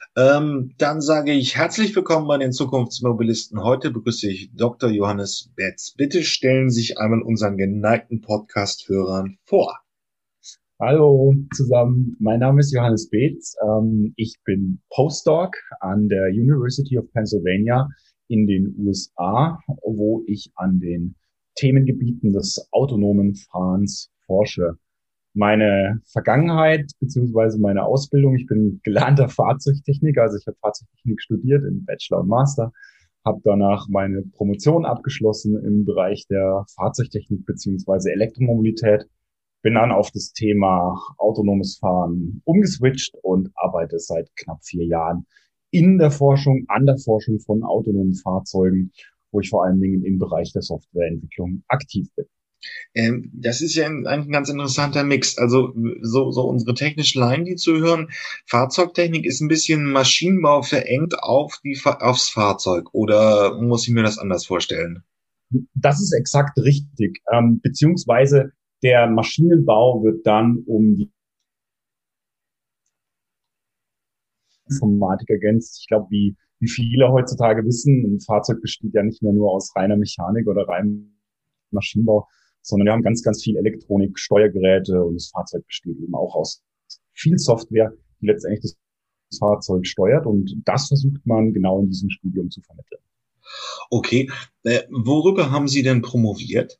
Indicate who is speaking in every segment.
Speaker 1: Dann sage ich herzlich willkommen bei den Zukunftsmobilisten. Heute begrüße ich Dr. Johannes Betz. Bitte stellen Sie sich einmal unseren geneigten Podcast-Hörern vor.
Speaker 2: Hallo zusammen, mein Name ist Johannes Beetz. Ich bin Postdoc an der University of Pennsylvania in den USA, wo ich an den Themengebieten des autonomen Fahrens forsche. Meine Vergangenheit beziehungsweise meine Ausbildung, ich bin gelernter Fahrzeugtechniker, also ich habe Fahrzeugtechnik studiert im Bachelor und Master, habe danach meine Promotion abgeschlossen im Bereich der Fahrzeugtechnik beziehungsweise Elektromobilität, bin dann auf das Thema autonomes Fahren umgeswitcht und arbeite seit knapp 4 Jahren in der Forschung, an der Forschung von autonomen Fahrzeugen, wo ich vor allen Dingen im Bereich der Softwareentwicklung aktiv bin.
Speaker 1: Das ist ja eigentlich ein ganz interessanter Mix. Also so unsere technischen Laien, die zuhören, Fahrzeugtechnik ist ein bisschen Maschinenbau verengt aufs Fahrzeug. Oder muss ich mir das anders vorstellen?
Speaker 2: Das ist exakt richtig, beziehungsweise der Maschinenbau wird dann um die Informatik ergänzt. Ich glaube, wie viele heutzutage wissen, ein Fahrzeug besteht ja nicht mehr nur aus reiner Mechanik oder reinem Maschinenbau, sondern wir haben ganz, ganz viel Elektronik, Steuergeräte, und das Fahrzeug besteht eben auch aus viel Software, die letztendlich das Fahrzeug steuert, und das versucht man genau in diesem Studium zu vermitteln.
Speaker 1: Okay. Worüber haben Sie denn promoviert?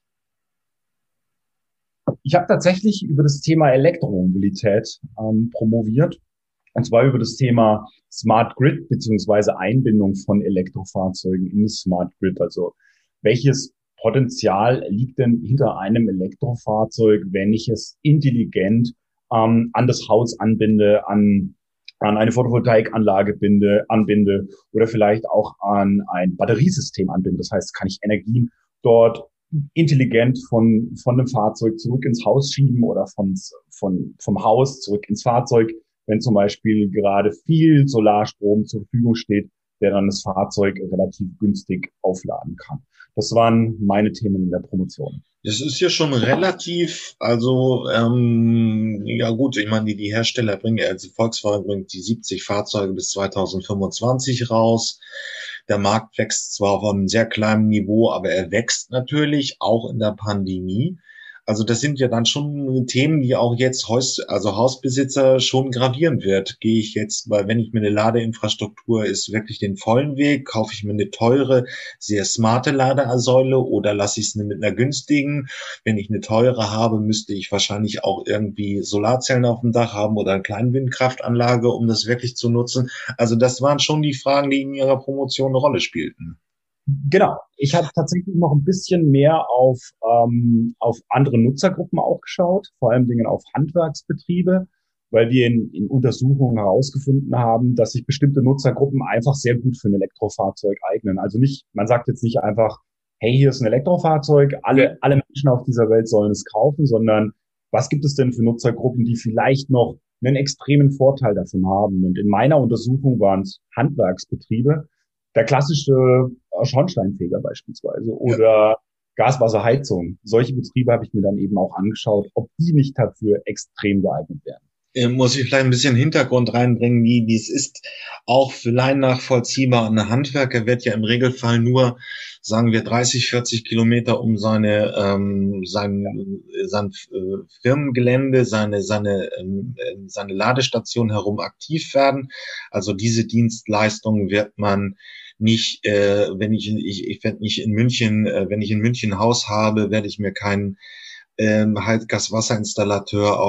Speaker 2: Ich habe tatsächlich über das Thema Elektromobilität promoviert, und zwar über das Thema Smart Grid beziehungsweise Einbindung von Elektrofahrzeugen in das Smart Grid. Also welches Potenzial liegt denn hinter einem Elektrofahrzeug, wenn ich es intelligent an das Haus anbinde, an eine Photovoltaikanlage anbinde oder vielleicht auch an ein Batteriesystem anbinde. Das heißt, kann ich Energien dort intelligent von dem Fahrzeug zurück ins Haus schieben oder vom Haus zurück ins Fahrzeug, wenn zum Beispiel gerade viel Solarstrom zur Verfügung steht, der dann das Fahrzeug relativ günstig aufladen kann. Das waren meine Themen in der Promotion.
Speaker 1: Das ist ja schon relativ, also ja gut, ich meine, die Hersteller bringen, also Volkswagen bringt die 70 Fahrzeuge bis 2025 raus. Der Markt wächst zwar auf einem sehr kleinen Niveau, aber er wächst natürlich auch in der Pandemie. Also das sind ja dann schon Themen, die auch jetzt also Hausbesitzer schon gravieren wird. Gehe ich jetzt, weil wenn ich mir eine Ladeinfrastruktur ist, wirklich den vollen Weg, kaufe ich mir eine teure, sehr smarte Ladesäule oder lasse ich es mit einer günstigen? Wenn ich eine teure habe, müsste ich wahrscheinlich auch irgendwie Solarzellen auf dem Dach haben oder eine kleine Windkraftanlage, um das wirklich zu nutzen. Also das waren schon die Fragen, die in Ihrer Promotion eine Rolle spielten.
Speaker 2: Genau. Ich habe tatsächlich noch ein bisschen mehr auf andere Nutzergruppen auch geschaut, vor allen Dingen auf Handwerksbetriebe, weil wir in Untersuchungen herausgefunden haben, dass sich bestimmte Nutzergruppen einfach sehr gut für ein Elektrofahrzeug eignen. Also nicht, man sagt jetzt nicht einfach, hey, hier ist ein Elektrofahrzeug, alle Menschen auf dieser Welt sollen es kaufen, sondern was gibt es denn für Nutzergruppen, die vielleicht noch einen extremen Vorteil davon haben? Und in meiner Untersuchung waren es Handwerksbetriebe, der klassische Schornsteinfeger beispielsweise
Speaker 1: Ja.
Speaker 2: oder Gaswasserheizung. Solche Betriebe habe ich mir dann eben auch angeschaut, ob die nicht dafür extrem geeignet wären.
Speaker 1: Muss ich vielleicht ein bisschen Hintergrund reinbringen, wie es ist. Auch für Laien nachvollziehbar. Ein Handwerker wird ja im Regelfall nur, sagen wir, 30, 40 Kilometer um sein Firmengelände, seine Ladestation herum aktiv werden. Also diese Dienstleistung wird man nicht, ich werde nicht in München, wenn ich in München ein Haus habe, werde ich mir keinen Heizgaswasserinstallateur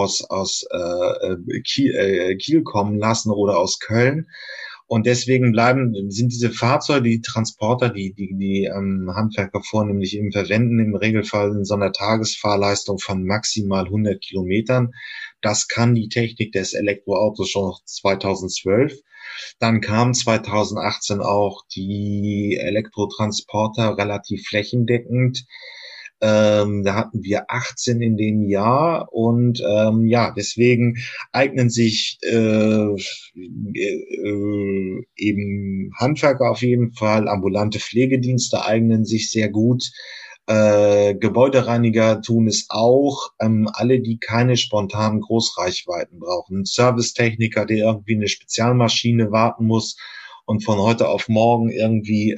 Speaker 1: aus Kiel kommen lassen oder aus Köln. Und deswegen sind diese Fahrzeuge, die Transporter, die Handwerker vornehmlich eben verwenden, im Regelfall in so einer Tagesfahrleistung von maximal 100 Kilometern. Das kann die Technik des Elektroautos schon 2012. Dann kam 2018 auch die Elektrotransporter relativ flächendeckend. Da hatten wir 18 in dem Jahr und ja, deswegen eignen sich eben Handwerker auf jeden Fall, ambulante Pflegedienste eignen sich sehr gut. Gebäudereiniger tun es auch. Alle, die keine spontanen Großreichweiten brauchen. Ein Servicetechniker, der irgendwie eine Spezialmaschine warten muss und von heute auf morgen irgendwie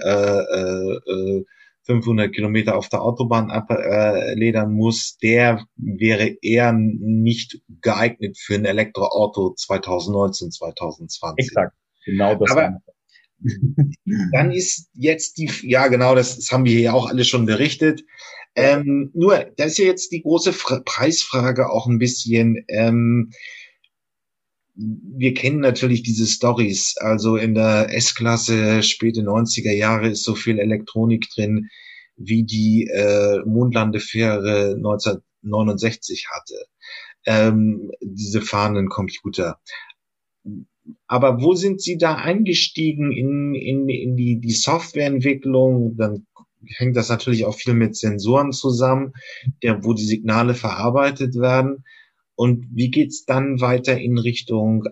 Speaker 1: 500 Kilometer auf der Autobahn abledern muss, der wäre eher nicht geeignet für ein Elektroauto 2019, 2020.
Speaker 2: Exakt. Genau das.
Speaker 1: Aber dann ist jetzt ja genau, das haben wir ja auch alle schon berichtet. Nur, da ist ja jetzt die große Preisfrage auch ein bisschen. Wir kennen natürlich diese Stories. Also in der S-Klasse späte 90er Jahre ist so viel Elektronik drin, wie die Mondlandefähre 1969 hatte. Diese fahrenden Computer. Aber wo sind Sie da eingestiegen in die Softwareentwicklung? Dann hängt das natürlich auch viel mit Sensoren zusammen, wo die Signale verarbeitet werden. Und wie geht's dann weiter in Richtung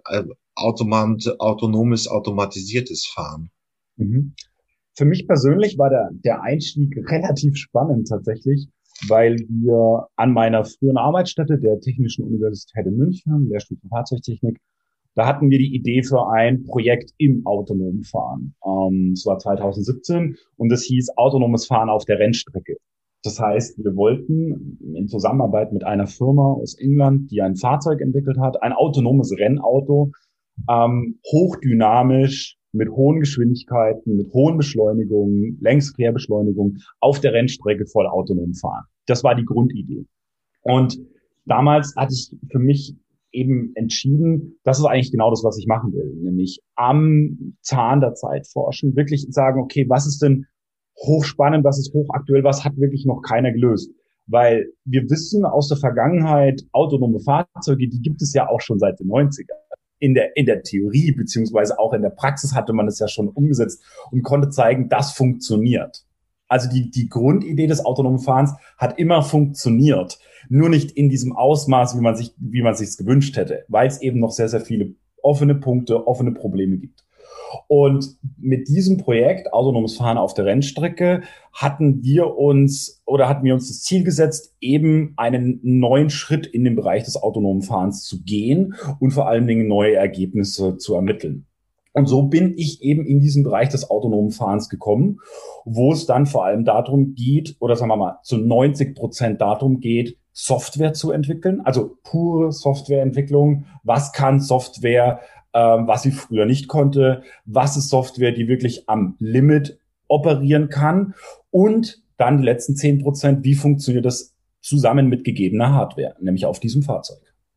Speaker 1: autonomes, automatisiertes Fahren?
Speaker 2: Mhm. Für mich persönlich war der Einstieg relativ spannend tatsächlich, weil wir an meiner früheren Arbeitsstätte der Technischen Universität in München, Lehrstuhl für Fahrzeugtechnik, da hatten wir die Idee für ein Projekt im autonomen Fahren. Es war 2017 und es hieß autonomes Fahren auf der Rennstrecke. Das heißt, wir wollten in Zusammenarbeit mit einer Firma aus England, die ein Fahrzeug entwickelt hat, ein autonomes Rennauto, hochdynamisch, mit hohen Geschwindigkeiten, mit hohen Beschleunigungen, Längs-Querbeschleunigungen auf der Rennstrecke voll autonom fahren. Das war die Grundidee. Und damals hatte ich für mich eben entschieden, das ist eigentlich genau das, was ich machen will, nämlich am Zahn der Zeit forschen, wirklich sagen, okay, was ist denn hochspannend, was ist hochaktuell, was hat wirklich noch keiner gelöst? Weil wir wissen aus der Vergangenheit, autonome Fahrzeuge, die gibt es ja auch schon seit den 90ern. In der Theorie beziehungsweise auch in der Praxis hatte man es ja schon umgesetzt und konnte zeigen, das funktioniert. Also die Grundidee des autonomen Fahrens hat immer funktioniert, nur nicht in diesem Ausmaß, wie man sich's gewünscht hätte, weil es eben noch sehr, sehr viele offene Punkte, offene Probleme gibt. Und mit diesem Projekt autonomes Fahren auf der Rennstrecke hatten wir uns das Ziel gesetzt, eben einen neuen Schritt in den Bereich des autonomen Fahrens zu gehen und vor allen Dingen neue Ergebnisse zu ermitteln. Und so bin ich eben in diesen Bereich des autonomen Fahrens gekommen, wo es dann vor allem darum geht, oder sagen wir mal, zu 90% darum geht, Software zu entwickeln, also pure Softwareentwicklung. Was kann Software, was sie früher nicht konnte? Was ist Software, die wirklich am Limit operieren kann? Und dann die letzten 10%, wie funktioniert das zusammen mit gegebener Hardware, nämlich auf diesem Fahrzeug?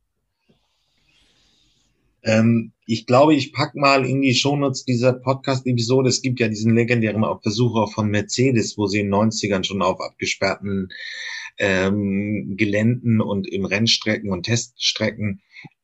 Speaker 1: Ich glaube, ich pack mal in die Shownotes dieser Podcast-Episode. Es gibt ja diesen legendären Versuch auch von Mercedes, wo sie in den 90ern schon auf abgesperrten Geländen und im Rennstrecken und Teststrecken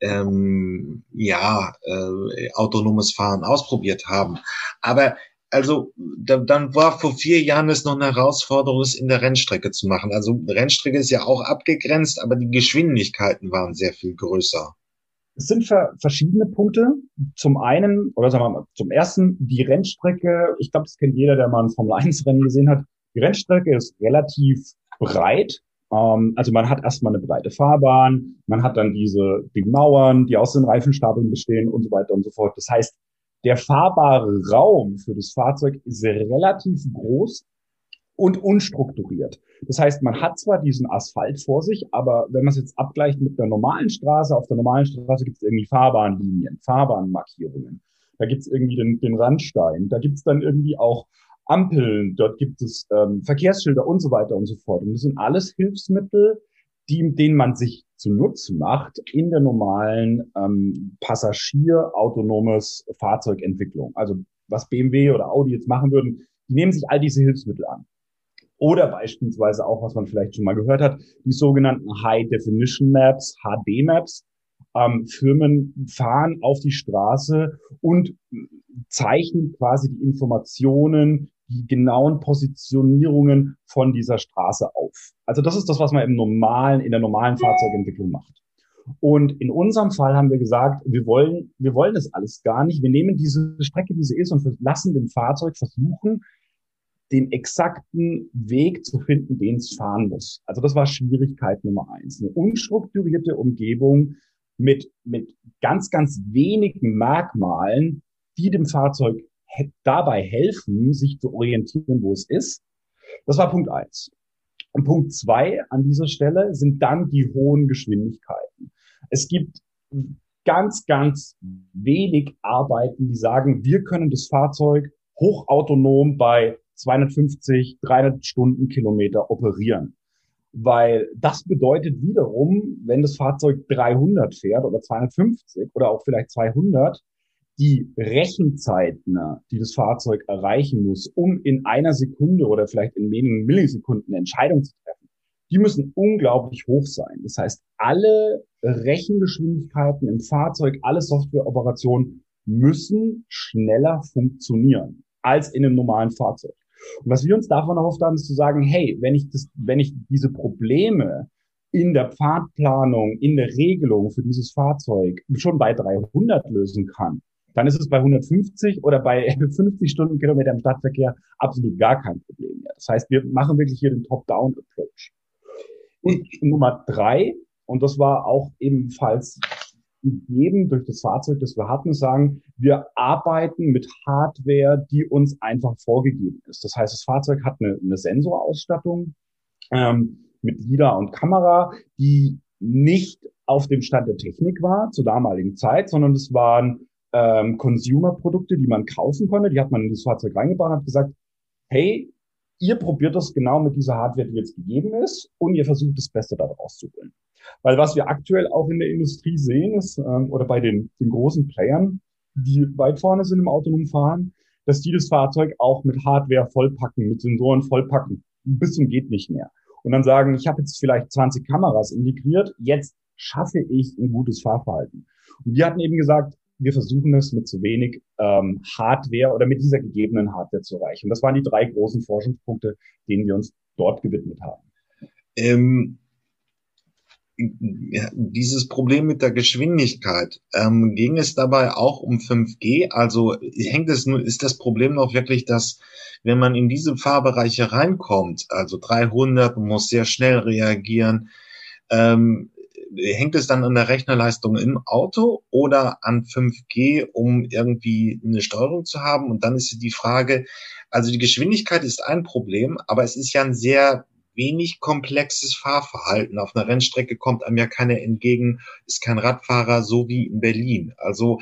Speaker 1: autonomes Fahren ausprobiert haben. Aber also dann war vor 4 Jahren es noch eine Herausforderung, es in der Rennstrecke zu machen. Also Rennstrecke ist ja auch abgegrenzt, aber die Geschwindigkeiten waren sehr viel größer.
Speaker 2: Es sind verschiedene Punkte. Zum einen, oder sagen wir mal, zum ersten, die Rennstrecke, ich glaube, das kennt jeder, der mal ein Formel-1-Rennen gesehen hat. Die Rennstrecke ist relativ breit. Also man hat erstmal eine breite Fahrbahn, man hat dann die Mauern, die aus den Reifenstapeln bestehen und so weiter und so fort. Das heißt, der fahrbare Raum für das Fahrzeug ist relativ groß und unstrukturiert. Das heißt, man hat zwar diesen Asphalt vor sich, aber wenn man es jetzt abgleicht mit der normalen Straße, auf der normalen Straße gibt es irgendwie Fahrbahnlinien, Fahrbahnmarkierungen. Da gibt es irgendwie den Randstein, da gibt es dann irgendwie auch Ampeln, dort gibt es Verkehrsschilder und so weiter und so fort. Und das sind alles Hilfsmittel, denen man sich zunutze macht in der normalen Passagier-autonomes Fahrzeugentwicklung. Also was BMW oder Audi jetzt machen würden, die nehmen sich all diese Hilfsmittel an. Oder beispielsweise auch, was man vielleicht schon mal gehört hat, die sogenannten High Definition Maps, HD-Maps. Firmen fahren auf die Straße und zeichnen quasi die Informationen, die genauen Positionierungen von dieser Straße auf. Also das ist das, was man in der normalen Fahrzeugentwicklung macht. Und in unserem Fall haben wir gesagt, wir wollen das alles gar nicht. Wir nehmen diese Strecke, wie sie ist, und lassen dem Fahrzeug versuchen, den exakten Weg zu finden, den es fahren muss. Also das war Schwierigkeit Nummer eins. Eine unstrukturierte Umgebung mit ganz, ganz wenigen Merkmalen, die dem Fahrzeug dabei helfen, sich zu orientieren, wo es ist. Das war Punkt eins. Und Punkt zwei an dieser Stelle sind dann die hohen Geschwindigkeiten. Es gibt ganz, ganz wenig Arbeiten, die sagen, wir können das Fahrzeug hochautonom bei 250, 300 Stundenkilometer operieren. Weil das bedeutet wiederum, wenn das Fahrzeug 300 fährt oder 250 oder auch vielleicht 200, die Rechenzeiten, die das Fahrzeug erreichen muss, um in einer Sekunde oder vielleicht in wenigen Millisekunden eine Entscheidung zu treffen, die müssen unglaublich hoch sein. Das heißt, alle Rechengeschwindigkeiten im Fahrzeug, alle Softwareoperationen müssen schneller funktionieren als in einem normalen Fahrzeug. Und was wir uns davon erhofft haben, ist zu sagen, hey, wenn ich diese Probleme in der Pfadplanung, in der Regelung für dieses Fahrzeug schon bei 300 lösen kann, dann ist es bei 150 oder bei 50 Stundenkilometer im Stadtverkehr absolut gar kein Problem mehr. Das heißt, wir machen wirklich hier den Top-Down-Approach. Und Nummer drei, und das war auch ebenfalls gegeben durch das Fahrzeug, das wir hatten, sagen, wir arbeiten mit Hardware, die uns einfach vorgegeben ist. Das heißt, das Fahrzeug hat eine Sensorausstattung mit LiDAR und Kamera, die nicht auf dem Stand der Technik war zur damaligen Zeit, sondern es waren Consumer-Produkte, die man kaufen konnte. Die hat man in das Fahrzeug reingebracht und hat gesagt, hey, ihr probiert das genau mit dieser Hardware, die jetzt gegeben ist, und ihr versucht das Beste daraus zu holen. Weil was wir aktuell auch in der Industrie sehen, ist, oder bei den großen Playern, die weit vorne sind im autonomen Fahren, dass die das Fahrzeug auch mit Hardware vollpacken, mit Sensoren vollpacken, bis zum geht nicht mehr. Und dann sagen, ich habe jetzt vielleicht 20 Kameras integriert, jetzt schaffe ich ein gutes Fahrverhalten. Und wir hatten eben gesagt, wir versuchen es mit so wenig Hardware oder mit dieser gegebenen Hardware zu erreichen. Und das waren die drei großen Forschungspunkte, denen wir uns dort gewidmet haben.
Speaker 1: Ja, dieses Problem mit der Geschwindigkeit, ging es dabei auch um 5G? Also ist das Problem noch wirklich, dass wenn man in diese Fahrbereiche reinkommt, also 300, man muss sehr schnell reagieren, hängt es dann an der Rechnerleistung im Auto oder an 5G, um irgendwie eine Steuerung zu haben? Und dann ist die Frage, also die Geschwindigkeit ist ein Problem, aber es ist ja ein sehr wenig komplexes Fahrverhalten. Auf einer Rennstrecke kommt einem ja keiner entgegen, ist kein Radfahrer, so wie in Berlin. Also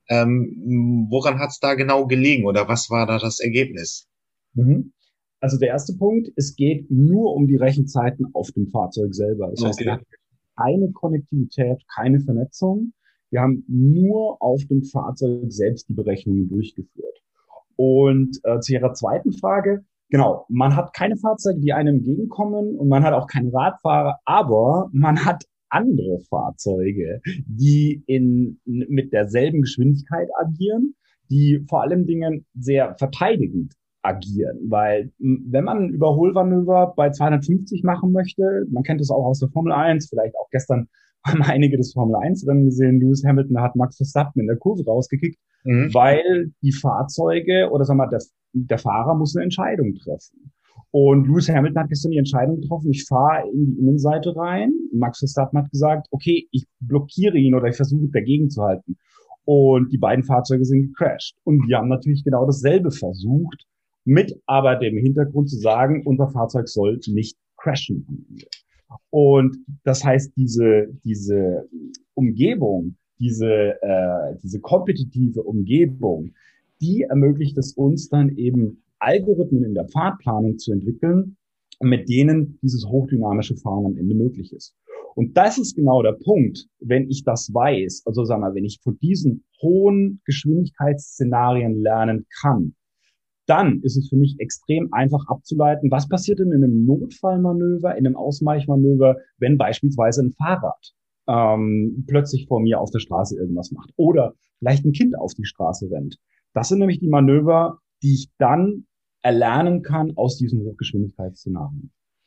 Speaker 1: woran hat es da genau gelegen oder was war da das Ergebnis?
Speaker 2: Also der erste Punkt, es geht nur um die Rechenzeiten auf dem Fahrzeug selber. Das heißt, wir haben keine Konnektivität, keine Vernetzung. Wir haben nur auf dem Fahrzeug selbst die Berechnungen durchgeführt. Und zu Ihrer zweiten Frage, genau, man hat keine Fahrzeuge, die einem entgegenkommen, und man hat auch keine Radfahrer, aber man hat andere Fahrzeuge, die mit derselben Geschwindigkeit agieren, die vor allem Dingen sehr verteidigend agieren, weil wenn man ein Überholmanöver bei 250 machen möchte, man kennt das auch aus der Formel 1, vielleicht auch gestern haben einige das Formel 1 Rennen gesehen, Lewis Hamilton hat Max Verstappen in der Kurve rausgekickt, weil die Fahrzeuge oder sagen wir mal, der Fahrer muss eine Entscheidung treffen. Und Lewis Hamilton hat gestern die Entscheidung getroffen, ich fahre in die Innenseite rein. Max Verstappen hat gesagt, okay, ich blockiere ihn oder ich versuche dagegen zu halten. Und die beiden Fahrzeuge sind gecrashed. Und wir haben natürlich genau dasselbe versucht, mit aber dem Hintergrund zu sagen, unser Fahrzeug soll nicht crashen. Und das heißt, diese Umgebung, diese kompetitive Umgebung, die ermöglicht es uns dann eben Algorithmen in der Pfadplanung zu entwickeln, mit denen dieses hochdynamische Fahren am Ende möglich ist. Und das ist genau der Punkt, wenn ich das weiß, also sagen wir, wenn ich von diesen hohen Geschwindigkeitsszenarien lernen kann, dann ist es für mich extrem einfach abzuleiten, was passiert denn in einem Notfallmanöver, in einem Ausweichmanöver, wenn beispielsweise ein Fahrrad plötzlich vor mir auf der Straße irgendwas macht oder vielleicht ein Kind auf die Straße rennt. Das sind nämlich die Manöver, die ich dann erlernen kann aus diesen Hochgeschwindigkeitsszenarien.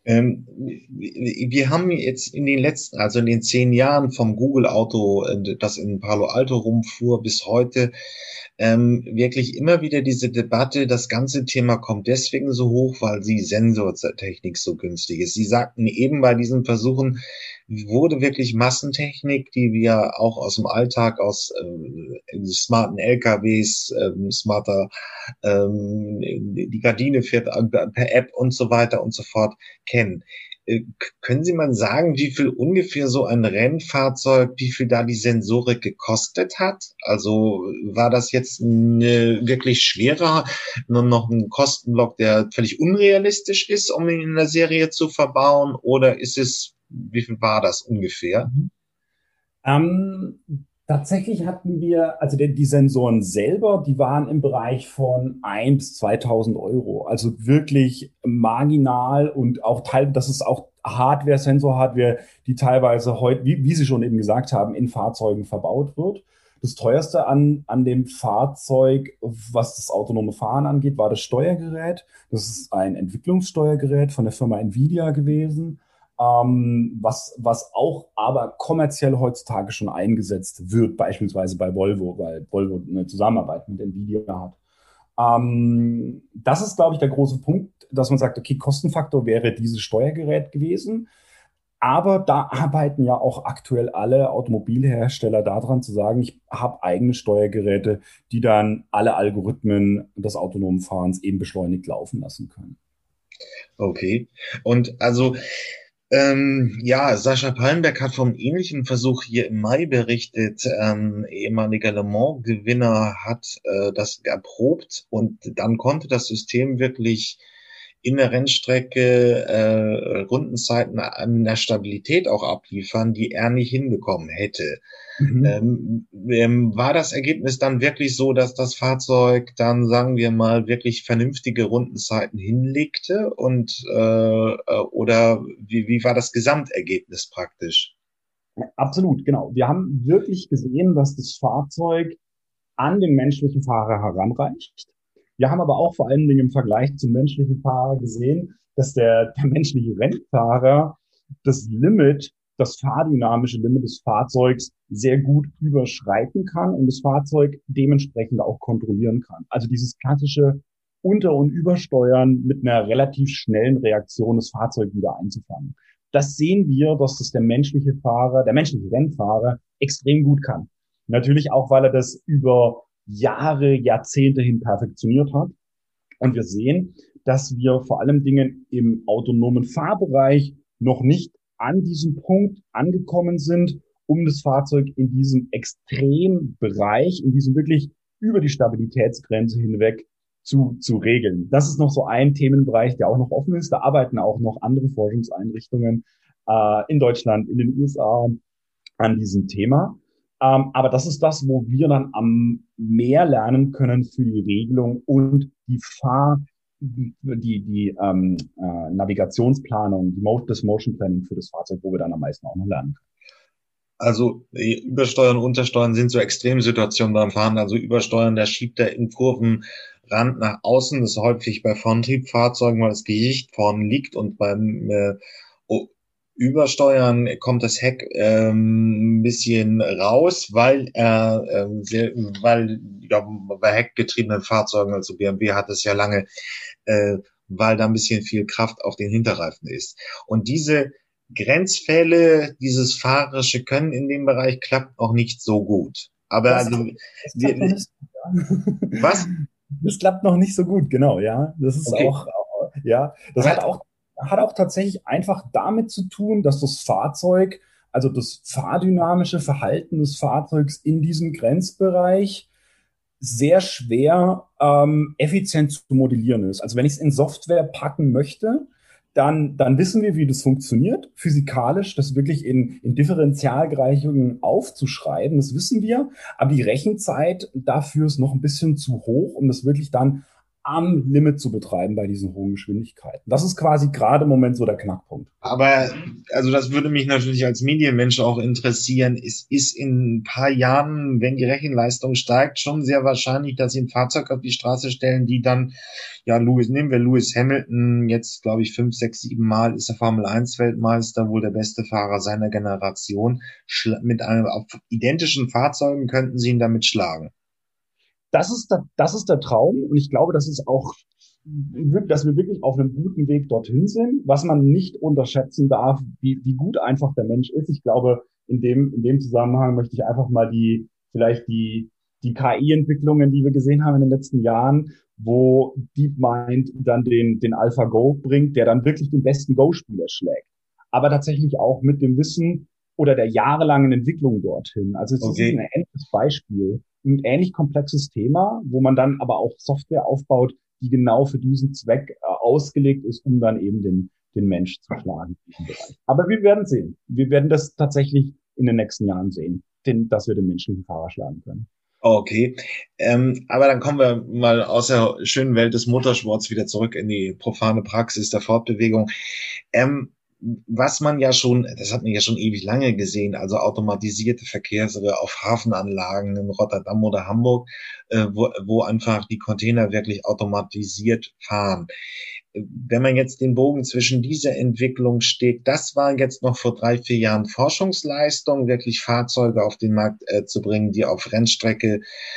Speaker 1: Wir haben jetzt in den letzten, also in den 10 Jahren vom Google-Auto, das in Palo Alto rumfuhr, bis heute, wirklich immer wieder diese Debatte, das ganze Thema kommt deswegen so hoch, weil die Sensortechnik so günstig ist. Sie sagten eben, bei diesen Versuchen wurde wirklich Massentechnik, die wir auch aus dem Alltag, aus smarten LKWs, smarter, die Gardine fährt per App und so weiter und so fort, kennen. Können Sie mal sagen, wie viel ungefähr so ein Rennfahrzeug, wie viel da die Sensorik gekostet hat? Also war das jetzt wirklich schwerer, nur noch ein Kostenblock, der völlig unrealistisch ist, um ihn in der Serie zu verbauen? Oder ist es, wie viel war das ungefähr?
Speaker 2: Mhm. Ähm, Tatsächlich hatten wir, also die Sensoren selber, die waren im Bereich von 1.000 bis 2.000 Euro. Also wirklich marginal und auch Teil, das ist auch Hardware, Sensor-Hardware, die teilweise heute, wie Sie schon eben gesagt haben, in Fahrzeugen verbaut wird. Das teuerste an dem Fahrzeug, was das autonome Fahren angeht, war das Steuergerät. Das ist ein Entwicklungssteuergerät von der Firma Nvidia gewesen, was auch aber kommerziell heutzutage schon eingesetzt wird, beispielsweise bei Volvo, weil Volvo eine Zusammenarbeit mit Nvidia hat. Das ist, glaube ich, der große Punkt, dass man sagt, okay, Kostenfaktor wäre dieses Steuergerät gewesen. Aber da arbeiten ja auch aktuell alle Automobilhersteller daran zu sagen, ich habe eigene Steuergeräte, die dann alle Algorithmen des autonomen Fahrens eben beschleunigt laufen lassen können.
Speaker 1: Okay. Und also, ja, Sascha Pallenberg hat vom ähnlichen Versuch hier im Mai berichtet. Ehemaliger Le Mans-Gewinner hat das erprobt und dann konnte das System wirklich in der Rennstrecke Rundenzeiten an der Stabilität auch abliefern, die er nicht hinbekommen hätte.
Speaker 2: Mhm.
Speaker 1: War das Ergebnis dann wirklich so, dass das Fahrzeug dann, sagen wir mal, wirklich vernünftige Rundenzeiten hinlegte und oder wie war das Gesamtergebnis praktisch?
Speaker 2: Absolut, genau. Wir haben wirklich gesehen, dass das Fahrzeug an den menschlichen Fahrer heranreicht. Wir haben aber auch vor allen Dingen im Vergleich zum menschlichen Fahrer gesehen, dass der menschliche Rennfahrer das Limit, das fahrdynamische Limit des Fahrzeugs sehr gut überschreiten kann und das Fahrzeug dementsprechend auch kontrollieren kann. Also dieses klassische Unter- und Übersteuern mit einer relativ schnellen Reaktion das Fahrzeug wieder einzufangen. Das sehen wir, dass das der menschliche Fahrer, der menschliche Rennfahrer extrem gut kann. Natürlich auch, weil er das über Jahre, Jahrzehnte hin perfektioniert hat. Und wir sehen, dass wir vor allem Dingen im autonomen Fahrbereich noch nicht an diesem Punkt angekommen sind, um das Fahrzeug in diesem Extrembereich, in diesem wirklich über die Stabilitätsgrenze hinweg zu regeln. Das ist noch so ein Themenbereich, der auch noch offen ist. Da arbeiten auch noch andere Forschungseinrichtungen in Deutschland, in den USA an diesem Thema. Aber das ist das, wo wir dann am mehr lernen können für die Regelung und die Navigationsplanung, das Motion Planning für das Fahrzeug, wo wir dann am meisten auch noch lernen können.
Speaker 1: Also Übersteuern, Untersteuern sind so Extremsituationen beim Fahren. Also Übersteuern, da schiebt er im Kurvenrand nach außen. Das ist häufig bei Vortriebfahrzeugen, weil das Gewicht vorne liegt und beim Übersteuern kommt das Heck ein bisschen raus, weil weil ja, bei heckgetriebenen Fahrzeugen, also BMW hat es ja lange, weil da ein bisschen viel Kraft auf den Hinterreifen ist. Und diese Grenzfälle, dieses fahrerische Können in dem Bereich klappt auch nicht so gut. Aber
Speaker 2: Das,
Speaker 1: also,
Speaker 2: das klappt noch nicht so gut. Ja.
Speaker 1: was?
Speaker 2: Das klappt noch nicht so gut, genau, ja. Das ist
Speaker 1: Okay.
Speaker 2: auch, ja, das
Speaker 1: Aber
Speaker 2: hat auch tatsächlich einfach damit zu tun, dass das Fahrzeug, also das fahrdynamische Verhalten des Fahrzeugs in diesem Grenzbereich sehr schwer effizient zu modellieren ist. Also wenn ich es in Software packen möchte, dann wissen wir, wie das funktioniert, physikalisch, das wirklich in Differentialgleichungen aufzuschreiben, das wissen wir. Aber die Rechenzeit dafür ist noch ein bisschen zu hoch, um das wirklich dann am Limit zu betreiben bei diesen hohen Geschwindigkeiten. Das ist quasi gerade im Moment so der Knackpunkt.
Speaker 1: Aber, also das würde mich natürlich als Medienmensch auch interessieren. Es ist in ein paar Jahren, wenn die Rechenleistung steigt, schon sehr wahrscheinlich, dass sie ein Fahrzeug auf die Straße stellen, die dann, ja, nehmen wir Lewis Hamilton, jetzt glaube ich 5, 6, 7 Mal ist er Formel-1-Weltmeister, wohl der beste Fahrer seiner Generation. Mit einem, auf identischen Fahrzeugen könnten sie ihn damit schlagen.
Speaker 2: Das ist der Traum und ich glaube, das ist auch, dass wir wirklich auf einem guten Weg dorthin sind. Was man nicht unterschätzen darf, wie gut einfach der Mensch ist. Ich glaube, in dem Zusammenhang möchte ich einfach mal vielleicht die KI-Entwicklungen, die wir gesehen haben in den letzten Jahren, wo DeepMind dann den AlphaGo bringt, der dann wirklich den besten Go-Spieler schlägt. Aber tatsächlich auch mit dem Wissen oder der jahrelangen Entwicklung dorthin. Also es ist ein
Speaker 1: Okay.
Speaker 2: ähnliches Beispiel, ein ähnlich komplexes Thema, wo man dann aber auch Software aufbaut, die genau für diesen Zweck ausgelegt ist, um dann eben den Mensch zu schlagen in diesem Bereich. Aber wir werden sehen. Wir werden das tatsächlich in den nächsten Jahren sehen, dass wir den menschlichen Fahrer schlagen können.
Speaker 1: Okay, aber dann kommen wir mal aus der schönen Welt des Motorsports wieder zurück in die profane Praxis der Fortbewegung. Ähm, Was man ja schon, das hat man ja schon ewig lange gesehen, also automatisierte Verkehrsreihe auf Hafenanlagen in Rotterdam oder Hamburg, wo einfach die Container wirklich automatisiert fahren. Wenn man jetzt den Bogen zwischen dieser Entwicklung steht, das war jetzt noch vor 3, 4 Jahren Forschungsleistung, wirklich Fahrzeuge auf den Markt zu bringen, die auf Rennstrecke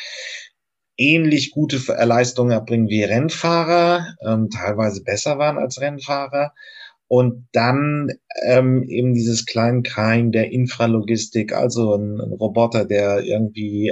Speaker 1: ähnlich gute Leistungen erbringen wie Rennfahrer, teilweise besser waren als Rennfahrer. Und dann eben dieses Kleinkreien der Infralogistik, also ein Roboter, der irgendwie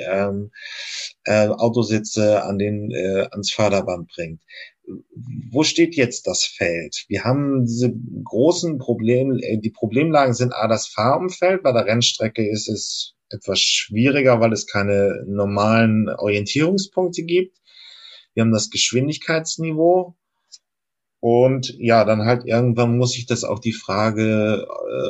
Speaker 1: Autositze ans Förderband bringt. Wo steht jetzt das Feld? Wir haben diese großen Probleme, die Problemlagen sind das Fahrumfeld. Bei der Rennstrecke ist es etwas schwieriger, weil es keine normalen Orientierungspunkte gibt. Wir haben das Geschwindigkeitsniveau. Und ja, dann halt irgendwann muss ich das auch die Frage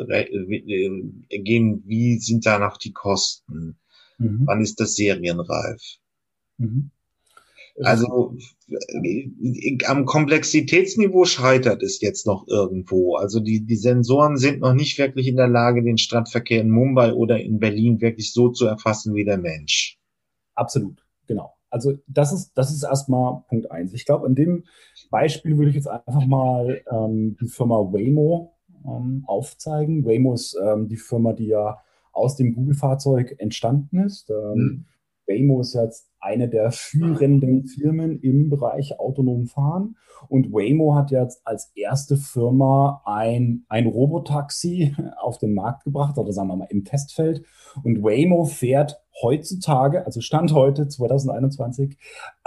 Speaker 1: gehen, wie sind da noch die Kosten?
Speaker 2: Mhm.
Speaker 1: Wann ist das serienreif?
Speaker 2: Mhm. Richtig.
Speaker 1: Also am Komplexitätsniveau scheitert es jetzt noch irgendwo. Also die Sensoren sind noch nicht wirklich in der Lage, den Stadtverkehr in Mumbai oder in Berlin wirklich so zu erfassen wie der Mensch.
Speaker 2: Absolut, genau. Also das ist erstmal Punkt eins. Ich glaube, an dem Beispiel würde ich jetzt einfach mal die Firma Waymo aufzeigen. Waymo ist die Firma, die ja aus dem Google-Fahrzeug entstanden ist.
Speaker 1: Hm?
Speaker 2: Waymo ist jetzt eine der führenden Firmen im Bereich autonomen Fahren. Und Waymo hat jetzt als erste Firma ein Robotaxi auf den Markt gebracht, oder sagen wir mal im Testfeld. Und Waymo fährt heutzutage, also Stand heute 2021,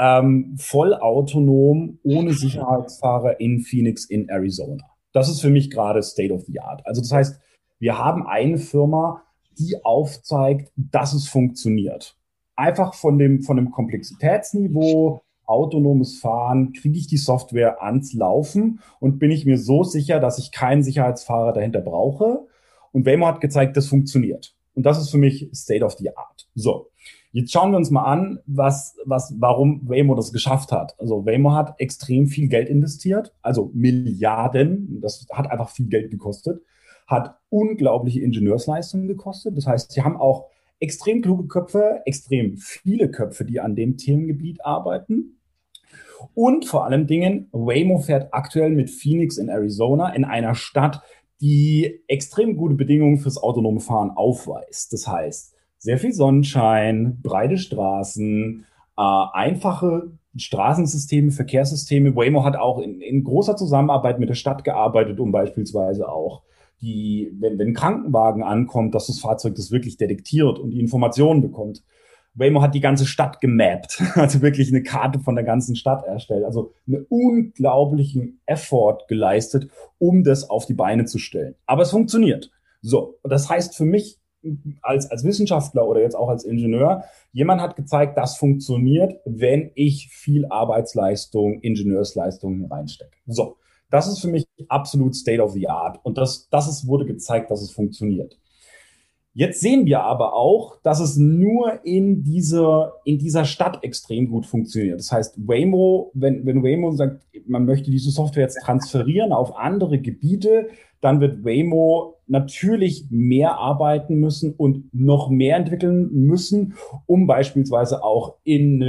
Speaker 2: vollautonom ohne Sicherheitsfahrer in Phoenix in Arizona. Das ist für mich gerade State of the Art. Also das heißt, wir haben eine Firma, die aufzeigt, dass es funktioniert. Einfach von dem Komplexitätsniveau, autonomes Fahren, kriege ich die Software ans Laufen und bin ich mir so sicher, dass ich keinen Sicherheitsfahrer dahinter brauche. Und Waymo hat gezeigt, das funktioniert. Und das ist für mich State of the Art. So, jetzt schauen wir uns mal an, warum Waymo das geschafft hat. Also Waymo hat extrem viel Geld investiert, also Milliarden. Das hat einfach viel Geld gekostet, hat unglaubliche Ingenieursleistungen gekostet. Das heißt, sie haben auch extrem kluge Köpfe, extrem viele Köpfe, die an dem Themengebiet arbeiten. Und vor allem Dingen, Waymo fährt aktuell mit Phoenix in Arizona in einer Stadt, die extrem gute Bedingungen fürs autonome Fahren aufweist. Das heißt, sehr viel Sonnenschein, breite Straßen, einfache Straßensysteme, Verkehrssysteme. Waymo hat auch in großer Zusammenarbeit mit der Stadt gearbeitet, um beispielsweise auch wenn ein Krankenwagen ankommt, dass das Fahrzeug das wirklich detektiert und die Informationen bekommt. Waymo hat die ganze Stadt gemappt, also wirklich eine Karte von der ganzen Stadt erstellt, also einen unglaublichen Effort geleistet, um das auf die Beine zu stellen. Aber es funktioniert. So, das heißt für mich als Wissenschaftler oder jetzt auch als Ingenieur, jemand hat gezeigt, das funktioniert, wenn ich viel Arbeitsleistung, Ingenieursleistung reinstecke. So, das ist für mich absolut State of the Art und wurde gezeigt, dass es funktioniert. Jetzt sehen wir aber auch, dass es nur in dieser Stadt extrem gut funktioniert. Das heißt, Waymo, wenn Waymo sagt, man möchte diese Software jetzt transferieren auf andere Gebiete, dann wird Waymo natürlich mehr arbeiten müssen und noch mehr entwickeln müssen, um beispielsweise auch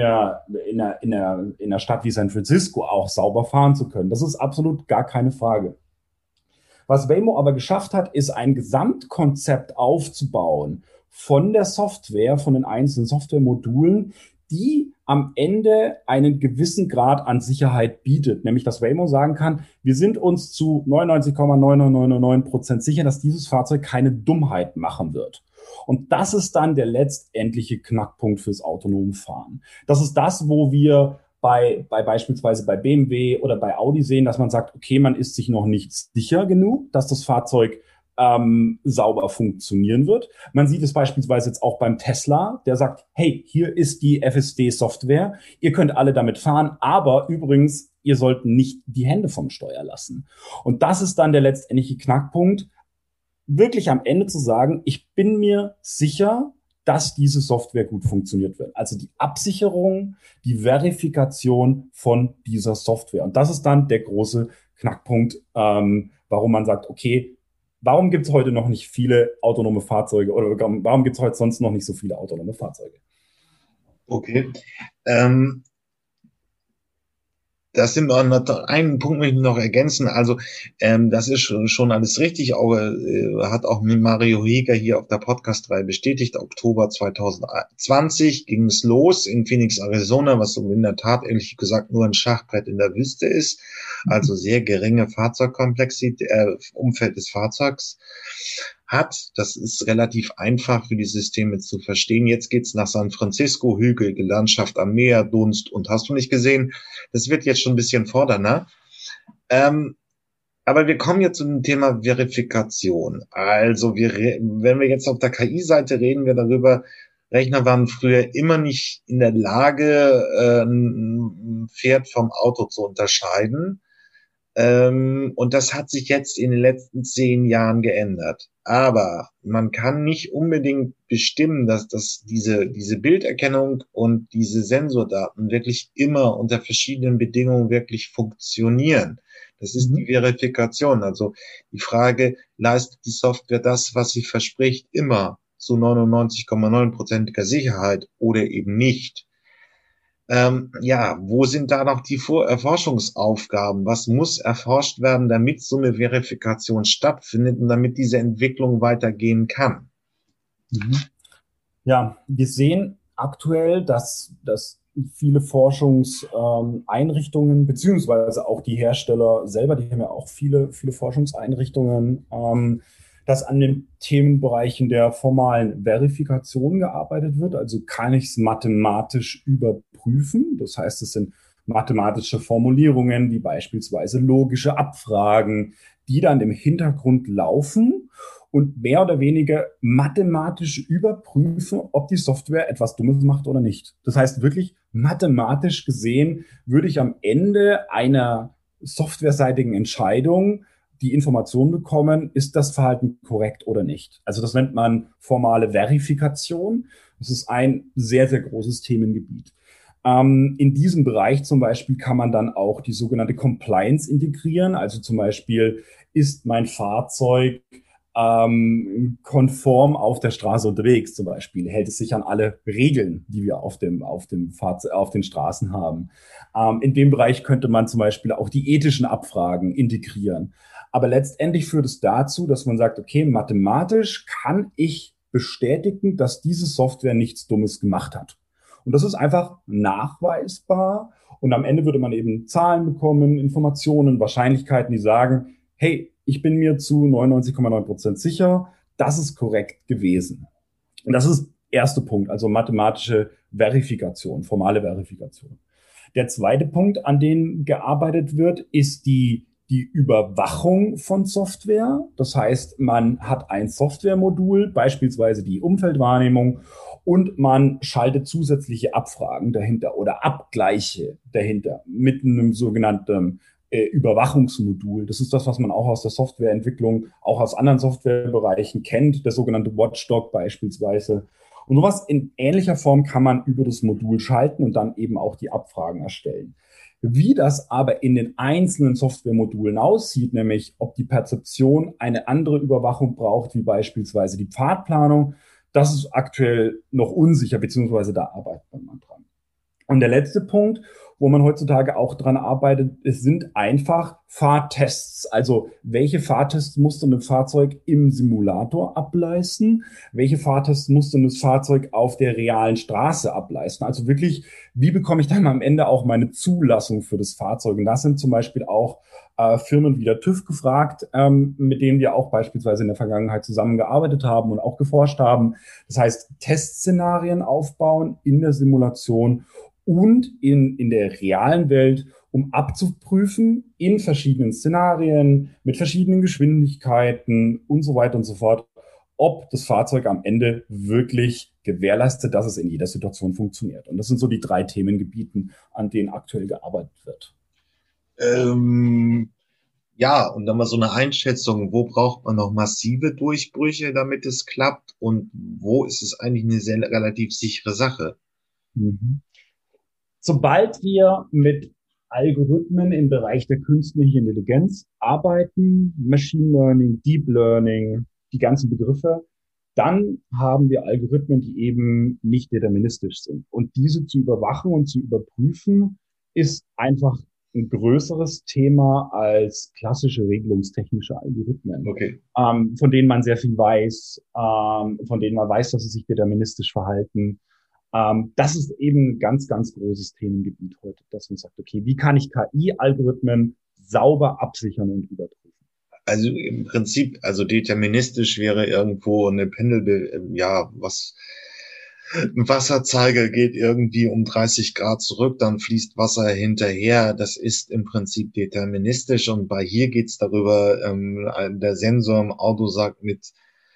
Speaker 2: in einer Stadt wie San Francisco auch sauber fahren zu können. Das ist absolut gar keine Frage. Was Waymo aber geschafft hat, ist ein Gesamtkonzept aufzubauen von der Software, von den einzelnen Softwaremodulen, die am Ende einen gewissen Grad an Sicherheit bietet. Nämlich, dass Waymo sagen kann, wir sind uns zu 99,9999% sicher, dass dieses Fahrzeug keine Dummheit machen wird. Und das ist dann der letztendliche Knackpunkt fürs autonome Fahren. Das ist das, wo wir bei beispielsweise bei BMW oder bei Audi sehen, dass man sagt, okay, man ist sich noch nicht sicher genug, dass das Fahrzeug sauber funktionieren wird. Man sieht es beispielsweise jetzt auch beim Tesla, der sagt, hey, hier ist die FSD-Software, ihr könnt alle damit fahren, aber übrigens, ihr sollt nicht die Hände vom Steuer lassen. Und das ist dann der letztendliche Knackpunkt, wirklich am Ende zu sagen, ich bin mir sicher, dass diese Software gut funktioniert wird. Also die Absicherung, die Verifikation von dieser Software. Und das ist dann der große Knackpunkt, warum man sagt, okay, warum gibt es heute noch nicht viele autonome Fahrzeuge oder warum gibt es heute sonst noch nicht so viele autonome Fahrzeuge?
Speaker 1: Okay. Das sind einen Punkt möchte ich noch ergänzen. Also das ist schon alles richtig. Auch, hat auch mit Mario Heger hier auf der Podcast-Reihe bestätigt. Oktober 2020 ging es los in Phoenix, Arizona, was so in der Tat ehrlich gesagt nur ein Schachbrett in der Wüste ist. Also sehr geringe Fahrzeugkomplexität, Umfeld des Fahrzeugs hat. Das ist relativ einfach für die Systeme zu verstehen. Jetzt geht's nach San Francisco, hügelige Landschaft am Meer, Dunst und hast du nicht gesehen. Das wird jetzt schon ein bisschen fordernder. Aber wir kommen jetzt zu dem Thema Verifikation. Also wenn wir jetzt auf der KI-Seite reden, wir darüber, Rechner waren früher immer nicht in der Lage, ein Pferd vom Auto zu unterscheiden. Und das hat sich jetzt in den letzten 10 Jahren geändert. Aber man kann nicht unbedingt bestimmen, dass diese Bilderkennung und diese Sensordaten wirklich immer unter verschiedenen Bedingungen wirklich funktionieren. Das ist die Verifikation. Also die Frage, leistet die Software das, was sie verspricht, immer zu 99,9%iger Sicherheit oder eben nicht? Wo sind da noch die Erforschungsaufgaben? Was muss erforscht werden, damit so eine Verifikation stattfindet und damit diese Entwicklung weitergehen kann?
Speaker 2: Ja, wir sehen aktuell, dass viele Forschungseinrichtungen, beziehungsweise auch die Hersteller selber, die haben ja auch viele Forschungseinrichtungen, dass an den Themenbereichen der formalen Verifikation gearbeitet wird. Also kann ich es mathematisch überprüfen? Das heißt, es sind mathematische Formulierungen wie beispielsweise logische Abfragen, die dann im Hintergrund laufen und mehr oder weniger mathematisch überprüfen, ob die Software etwas Dummes macht oder nicht. Das heißt, wirklich mathematisch gesehen würde ich am Ende einer softwareseitigen Entscheidung die Information bekommen, ist das Verhalten korrekt oder nicht. Also das nennt man formale Verifikation. Das ist ein sehr, sehr großes Themengebiet. In diesem Bereich zum Beispiel kann man dann auch die sogenannte Compliance integrieren. Also zum Beispiel, ist mein Fahrzeug konform auf der Straße unterwegs zum Beispiel? Hält es sich an alle Regeln, die wir auf den Straßen haben? In dem Bereich könnte man zum Beispiel auch die ethischen Abfragen integrieren. Aber letztendlich führt es dazu, dass man sagt, okay, mathematisch kann ich bestätigen, dass diese Software nichts Dummes gemacht hat. Und das ist einfach nachweisbar. Und am Ende würde man eben Zahlen bekommen, Informationen, Wahrscheinlichkeiten, die sagen, hey, ich bin mir zu 99,9% sicher, das ist korrekt gewesen. Und das ist der erste Punkt, also mathematische Verifikation, formale Verifikation. Der zweite Punkt, an dem gearbeitet wird, ist die Überwachung von Software. Das heißt, man hat ein Softwaremodul, beispielsweise die Umfeldwahrnehmung, und man schaltet zusätzliche Abfragen dahinter oder Abgleiche dahinter mit einem sogenannten Überwachungsmodul. Das ist das, was man auch aus der Softwareentwicklung, auch aus anderen Softwarebereichen kennt, der sogenannte Watchdog beispielsweise. Und sowas in ähnlicher Form kann man über das Modul schalten und dann eben auch die Abfragen erstellen. Wie das aber in den einzelnen Softwaremodulen aussieht, nämlich ob die Perzeption eine andere Überwachung braucht, wie beispielsweise die Pfadplanung, das ist aktuell noch unsicher, beziehungsweise da arbeitet man dran. Und der letzte Punkt, wo man heutzutage auch dran arbeitet, es sind einfach Fahrtests. Also welche Fahrtests muss denn ein Fahrzeug im Simulator ableisten? Welche Fahrtests muss denn das Fahrzeug auf der realen Straße ableisten? Also wirklich, wie bekomme ich dann am Ende auch meine Zulassung für das Fahrzeug? Und das sind zum Beispiel auch Firmen wie der TÜV gefragt, mit denen wir auch beispielsweise in der Vergangenheit zusammengearbeitet haben und auch geforscht haben. Das heißt, Testszenarien aufbauen in der Simulation und in der realen Welt, um abzuprüfen in verschiedenen Szenarien, mit verschiedenen Geschwindigkeiten und so weiter und so fort, ob das Fahrzeug am Ende wirklich gewährleistet, dass es in jeder Situation funktioniert. Und das sind so die 3 Themengebieten, an denen aktuell gearbeitet wird.
Speaker 1: Ähm, ja, und dann mal so eine Einschätzung, wo braucht man noch massive Durchbrüche, damit es klappt, und wo ist es eigentlich eine sehr relativ sichere Sache?
Speaker 2: Mhm. Sobald wir mit Algorithmen im Bereich der künstlichen Intelligenz arbeiten, Machine Learning, Deep Learning, die ganzen Begriffe, dann haben wir Algorithmen, die eben nicht deterministisch sind. Und diese zu überwachen und zu überprüfen, ist einfach ein größeres Thema als klassische regelungstechnische Algorithmen,
Speaker 1: Okay.
Speaker 2: von denen man sehr viel weiß, von denen man weiß, dass sie sich deterministisch verhalten. Das ist eben ein ganz, ganz großes Themengebiet heute, dass man sagt, okay, wie kann ich KI-Algorithmen sauber absichern und überprüfen?
Speaker 1: Also im Prinzip, also deterministisch wäre irgendwo eine ja, ein Wasserzeiger geht irgendwie um 30 Grad zurück, dann fließt Wasser hinterher. Das ist im Prinzip deterministisch, und bei hier geht's darüber, der Sensor im Auto sagt mit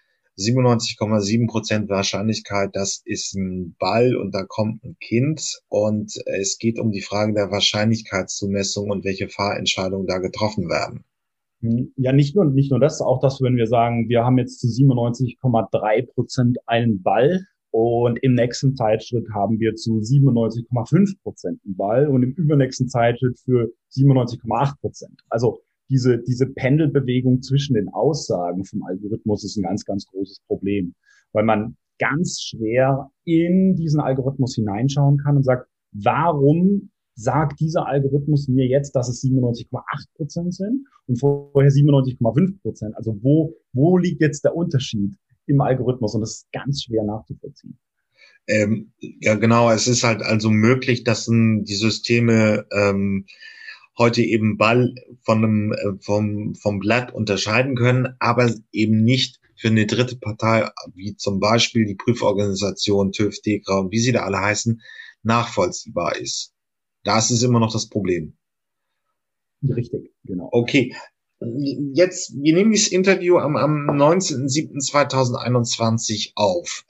Speaker 1: 97,7% Wahrscheinlichkeit, das ist ein Ball und da kommt ein Kind, und es geht um die Frage der Wahrscheinlichkeitszumessung und welche Fahrentscheidungen da getroffen werden.
Speaker 2: Ja, nicht nur das, auch das, wenn wir sagen, wir haben jetzt zu 97,3% einen Ball und im nächsten Zeitschritt haben wir zu 97,5% einen Ball und im übernächsten Zeitschritt für 97,8%. Also diese Pendelbewegung zwischen den Aussagen vom Algorithmus ist ein ganz, ganz großes Problem, weil man ganz schwer in diesen Algorithmus hineinschauen kann und sagt, warum sagt dieser Algorithmus mir jetzt, dass es 97,8% sind und vorher 97,5%? Also wo liegt jetzt der Unterschied im Algorithmus? Und das ist ganz schwer nachzuvollziehen.
Speaker 1: Ja, genau. Es ist halt also möglich, dass die Systeme heute eben Ball vom Blatt unterscheiden können, aber eben nicht für eine dritte Partei, wie zum Beispiel die Prüforganisation TÜV, DEKRA und wie sie da alle heißen, nachvollziehbar ist. Das ist immer noch das Problem.
Speaker 2: Richtig, genau.
Speaker 1: Okay. Jetzt, wir nehmen dieses Interview am 19.07.2021 auf.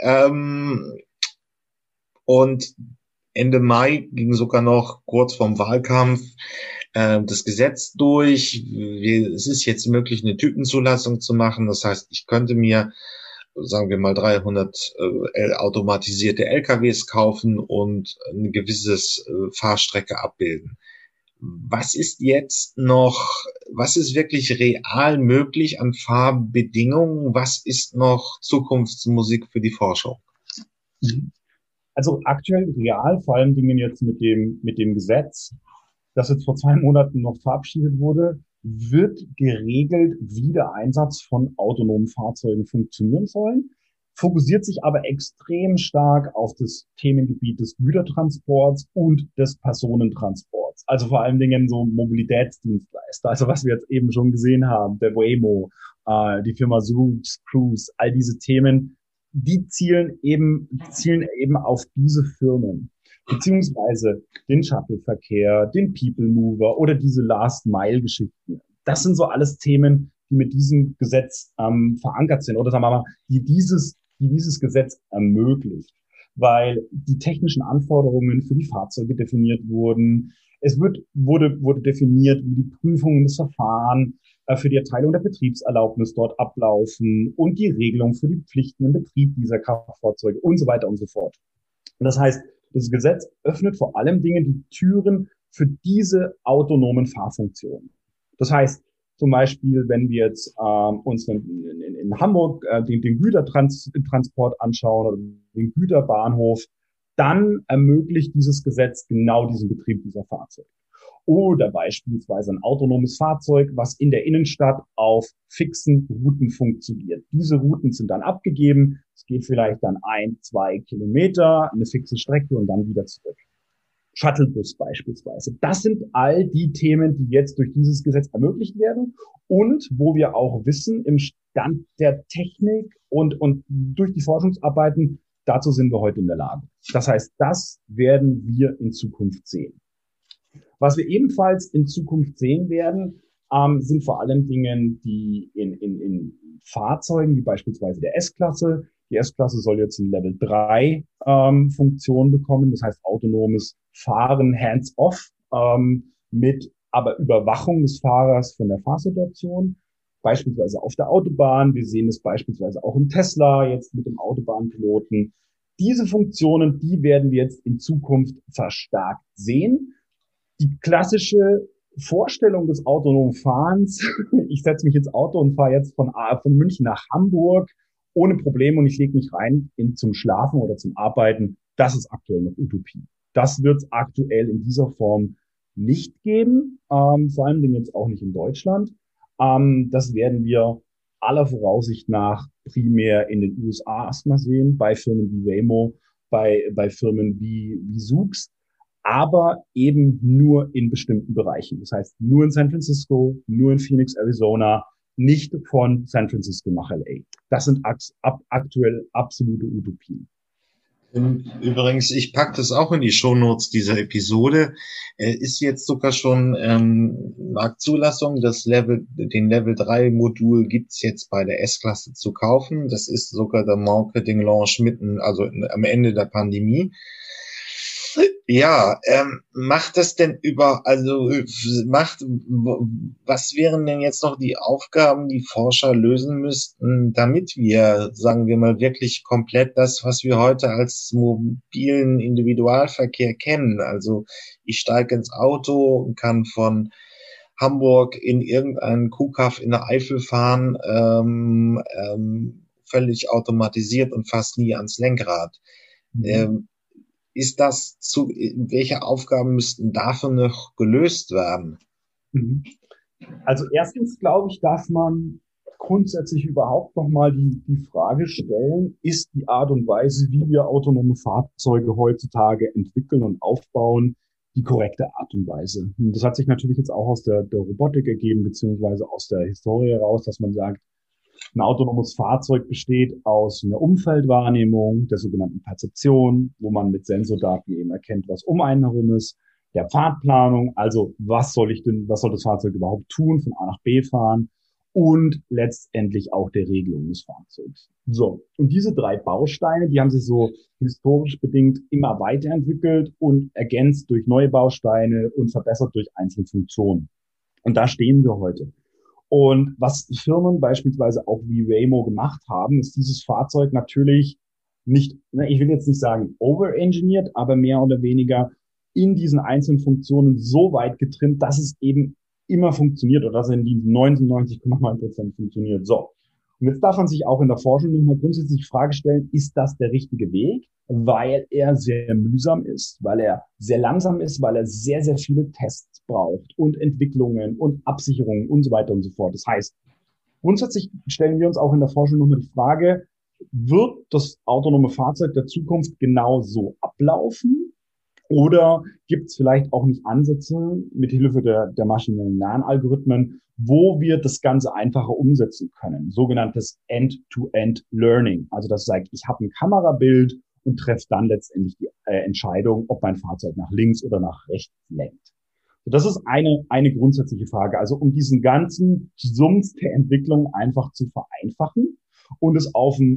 Speaker 1: Und Ende Mai ging sogar noch kurz vorm Wahlkampf das Gesetz durch. Es ist jetzt möglich, eine Typenzulassung zu machen. Das heißt, ich könnte mir, sagen wir mal, 300 automatisierte LKWs kaufen und eine gewisse Fahrstrecke abbilden. Was ist wirklich real möglich an Fahrbedingungen? Was ist noch Zukunftsmusik für die Forschung?
Speaker 2: Also aktuell real, vor allen Dingen jetzt mit dem Gesetz, das jetzt vor 2 Monaten noch verabschiedet wurde, wird geregelt, wie der Einsatz von autonomen Fahrzeugen funktionieren soll, fokussiert sich aber extrem stark auf das Themengebiet des Gütertransports und des Personentransports. Also vor allen Dingen so Mobilitätsdienstleister, also was wir jetzt eben schon gesehen haben, der Waymo, die Firma Zoox, Cruise, all diese Themen, die zielen eben auf diese Firmen, beziehungsweise den Shuttle-Verkehr, den People Mover oder diese Last-Mile-Geschichten. Das sind so alles Themen, die mit diesem Gesetz verankert sind oder sagen wir mal, die dieses Gesetz ermöglicht, weil die technischen Anforderungen für die Fahrzeuge definiert wurden. wurde definiert, wie die Prüfungen des Verfahrens für die Erteilung der Betriebserlaubnis dort ablaufen und die Regelung für die Pflichten im Betrieb dieser Kraftfahrzeuge und so weiter und so fort. Und das heißt, das Gesetz öffnet vor allem Dingen die Türen für diese autonomen Fahrfunktionen. Das heißt, zum Beispiel, wenn wir jetzt uns in Hamburg den Gütertransport anschauen oder den Güterbahnhof, dann ermöglicht dieses Gesetz genau diesen Betrieb dieser Fahrzeuge. Oder beispielsweise ein autonomes Fahrzeug, was in der Innenstadt auf fixen Routen funktioniert. Diese Routen sind dann abgegeben. Es geht vielleicht dann 1, 2 Kilometer, eine fixe Strecke und dann wieder zurück. Shuttlebus beispielsweise. Das sind all die Themen, die jetzt durch dieses Gesetz ermöglicht werden und wo wir auch wissen, im Stand der Technik und durch die Forschungsarbeiten, dazu sind wir heute in der Lage. Das heißt, das werden wir in Zukunft sehen. Was wir ebenfalls in Zukunft sehen werden, sind vor allem Dingen, die in Fahrzeugen, wie beispielsweise der S-Klasse. Die S-Klasse soll jetzt ein Level 3 Funktion bekommen, das heißt autonomes Fahren hands-off mit aber Überwachung des Fahrers von der Fahrsituation, beispielsweise auf der Autobahn. Wir sehen es beispielsweise auch im Tesla jetzt mit dem Autobahnpiloten. Diese Funktionen, die werden wir jetzt in Zukunft verstärkt sehen. Die klassische Vorstellung des autonomen Fahrens, ich setze mich ins Auto und fahre jetzt von München nach Hamburg ohne Probleme und ich lege mich rein zum Schlafen oder zum Arbeiten, das ist aktuell noch Utopie. Das wird es aktuell in dieser Form nicht geben, vor allen Dingen jetzt auch nicht in Deutschland. Das werden wir aller Voraussicht nach primär in den USA erstmal sehen, bei Firmen wie Waymo, bei Firmen wie Zoox, aber eben nur in bestimmten Bereichen. Das heißt, nur in San Francisco, nur in Phoenix, Arizona, nicht von San Francisco nach LA. Das sind aktuell absolute Utopien.
Speaker 1: Übrigens, ich packe das auch in die Shownotes dieser Episode. Ist jetzt sogar schon Marktzulassung. Den Level 3 Modul gibt's jetzt bei der S-Klasse zu kaufen. Das ist sogar der Marketing Launch am Ende der Pandemie. Ja, was wären denn jetzt noch die Aufgaben, die Forscher lösen müssten, damit wir, sagen wir mal, wirklich komplett das, was wir heute als mobilen Individualverkehr kennen? Also ich steige ins Auto und kann von Hamburg in irgendeinen Kuhkaff in der Eifel fahren, völlig automatisiert und fast nie ans Lenkrad. Welche Aufgaben müssten dafür noch gelöst werden?
Speaker 2: Also erstens, glaube ich, darf man grundsätzlich überhaupt nochmal die Frage stellen, ist die Art und Weise, wie wir autonome Fahrzeuge heutzutage entwickeln und aufbauen, die korrekte Art und Weise? Und das hat sich natürlich jetzt auch aus der Robotik ergeben, beziehungsweise aus der Historie heraus, dass man sagt, ein autonomes Fahrzeug besteht aus einer Umfeldwahrnehmung, der sogenannten Perzeption, wo man mit Sensordaten eben erkennt, was um einen herum ist, der Fahrtplanung, also was soll das Fahrzeug überhaupt tun, von A nach B fahren und letztendlich auch der Regelung des Fahrzeugs. So, und diese 3 Bausteine, die haben sich so historisch bedingt immer weiterentwickelt und ergänzt durch neue Bausteine und verbessert durch einzelne Funktionen. Und da stehen wir heute. Und was Firmen beispielsweise auch wie Waymo gemacht haben, ist dieses Fahrzeug natürlich nicht, ich will jetzt nicht sagen overengineert, aber mehr oder weniger in diesen einzelnen Funktionen so weit getrimmt, dass es eben immer funktioniert oder dass es in diesen 99,9% funktioniert. So. Und jetzt darf man sich auch in der Forschung nochmal grundsätzlich die Frage stellen, ist das der richtige Weg? Weil er sehr mühsam ist, weil er sehr langsam ist, weil er sehr, sehr viele Tests braucht und Entwicklungen und Absicherungen und so weiter und so fort. Das heißt, grundsätzlich stellen wir uns auch in der Forschung nochmal die Frage, wird das autonome Fahrzeug der Zukunft genau so ablaufen? Oder gibt es vielleicht auch nicht Ansätze mit Hilfe der maschinellen Lernalgorithmen, wo wir das Ganze einfacher umsetzen können? Sogenanntes End-to-End-Learning. Also das sagt, ich habe ein Kamerabild und treffe dann letztendlich die Entscheidung, ob mein Fahrzeug nach links oder nach rechts lenkt. Das ist eine grundsätzliche Frage. Also um diesen ganzen Sumpf der Entwicklung einfach zu vereinfachen und es auf eine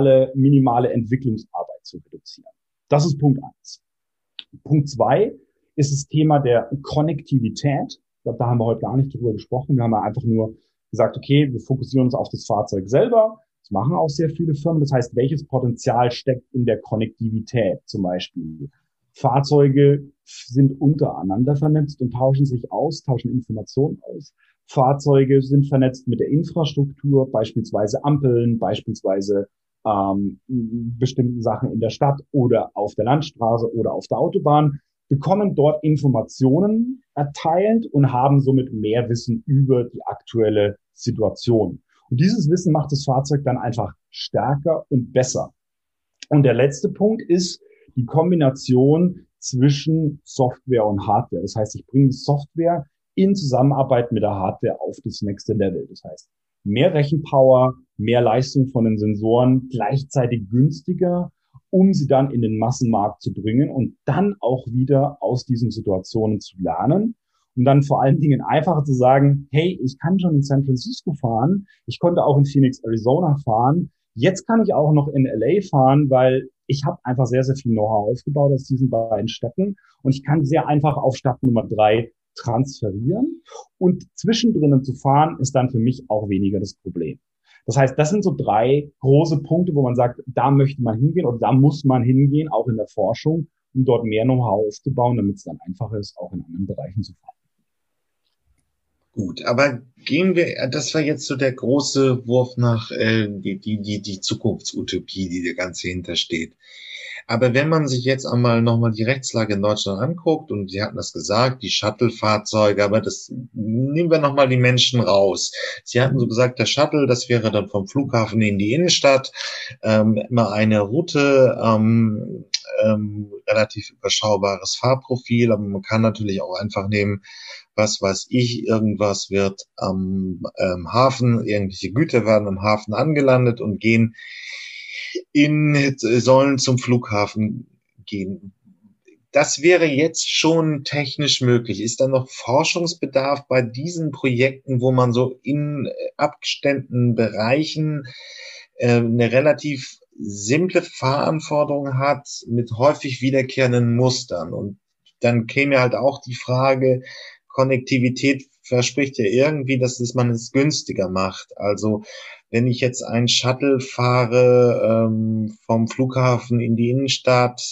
Speaker 2: minimale Entwicklungsarbeit zu reduzieren. Das ist Punkt 1. Punkt 2 ist das Thema der Konnektivität. Ich glaube, da haben wir heute gar nicht drüber gesprochen. Wir haben ja einfach nur gesagt, okay, wir fokussieren uns auf das Fahrzeug selber. Das machen auch sehr viele Firmen. Das heißt, welches Potenzial steckt in der Konnektivität zum Beispiel? Fahrzeuge sind untereinander vernetzt und tauschen sich aus, tauschen Informationen aus. Fahrzeuge sind vernetzt mit der Infrastruktur, beispielsweise Ampeln, beispielsweise bestimmten Sachen in der Stadt oder auf der Landstraße oder auf der Autobahn, bekommen dort Informationen erteilt und haben somit mehr Wissen über die aktuelle Situation. Und dieses Wissen macht das Fahrzeug dann einfach stärker und besser. Und der letzte Punkt ist die Kombination zwischen Software und Hardware. Das heißt, ich bringe die Software in Zusammenarbeit mit der Hardware auf das nächste Level. Das heißt, mehr Rechenpower, mehr Leistung von den Sensoren, gleichzeitig günstiger, um sie dann in den Massenmarkt zu bringen und dann auch wieder aus diesen Situationen zu lernen. Und dann vor allen Dingen einfacher zu sagen, hey, ich kann schon in San Francisco fahren, ich konnte auch in Phoenix, Arizona fahren, jetzt kann ich auch noch in LA fahren, weil ich habe einfach sehr, sehr viel Know-how aufgebaut aus diesen beiden Städten und ich kann sehr einfach auf Stadt Nummer 3 transferieren und zwischendrin zu fahren ist dann für mich auch weniger das Problem. Das heißt, das sind so 3 große Punkte, wo man sagt, da möchte man hingehen oder da muss man hingehen, auch in der Forschung, um dort mehr Know-how aufzubauen, damit es dann einfacher ist, auch in anderen Bereichen zu fahren.
Speaker 1: Gut, aber das war jetzt so der große Wurf nach die Zukunftsutopie, die der ganze hintersteht. Aber wenn man sich jetzt einmal nochmal die Rechtslage in Deutschland anguckt, und Sie hatten das gesagt, die Shuttle-Fahrzeuge, aber das nehmen wir nochmal die Menschen raus. Sie hatten so gesagt, der Shuttle, das wäre dann vom Flughafen in die Innenstadt, immer eine Route, relativ überschaubares Fahrprofil, aber man kann natürlich auch einfach nehmen, was weiß ich, irgendwas wird am Hafen, irgendwelche Güter werden am Hafen angelandet und sollen zum Flughafen gehen. Das wäre jetzt schon technisch möglich. Ist da noch Forschungsbedarf bei diesen Projekten, wo man so in abgesteckten Bereichen eine relativ simple Fahranforderung hat mit häufig wiederkehrenden Mustern? Und dann käme halt auch die Frage, Konnektivität verspricht ja irgendwie, dass man es günstiger macht. Also wenn ich jetzt einen Shuttle fahre vom Flughafen in die Innenstadt,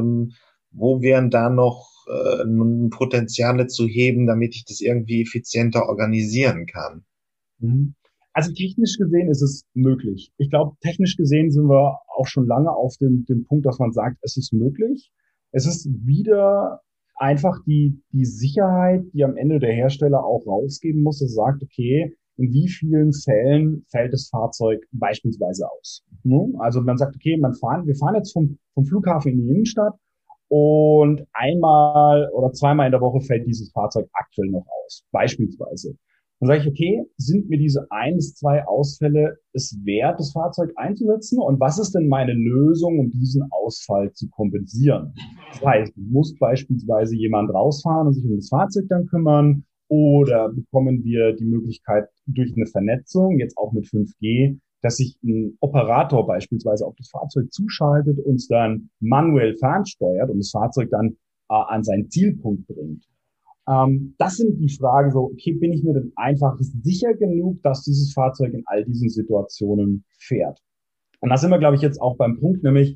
Speaker 1: wo wären da noch Potenziale zu heben, damit ich das irgendwie effizienter organisieren kann?
Speaker 2: Also technisch gesehen ist es möglich. Ich glaube, technisch gesehen sind wir auch schon lange auf dem Punkt, dass man sagt, es ist möglich. Es ist wieder einfach die Sicherheit, die am Ende der Hersteller auch rausgeben muss, dass sagt, okay, in wie vielen Fällen fällt das Fahrzeug beispielsweise aus. Also man sagt, okay, wir fahren jetzt vom Flughafen in die Innenstadt und einmal oder zweimal in der Woche fällt dieses Fahrzeug aktuell noch aus, beispielsweise. Dann sage ich, okay, sind mir diese 1 bis 2 Ausfälle es wert, das Fahrzeug einzusetzen? Und was ist denn meine Lösung, um diesen Ausfall zu kompensieren? Das heißt, muss beispielsweise jemand rausfahren und sich um das Fahrzeug dann kümmern? Oder bekommen wir die Möglichkeit durch eine Vernetzung, jetzt auch mit 5G, dass sich ein Operator beispielsweise auf das Fahrzeug zuschaltet, uns dann manuell fernsteuert und das Fahrzeug dann an seinen Zielpunkt bringt? Das sind die Fragen so, okay, bin ich mir denn einfach sicher genug, dass dieses Fahrzeug in all diesen Situationen fährt? Und da sind wir, glaube ich, jetzt auch beim Punkt, nämlich,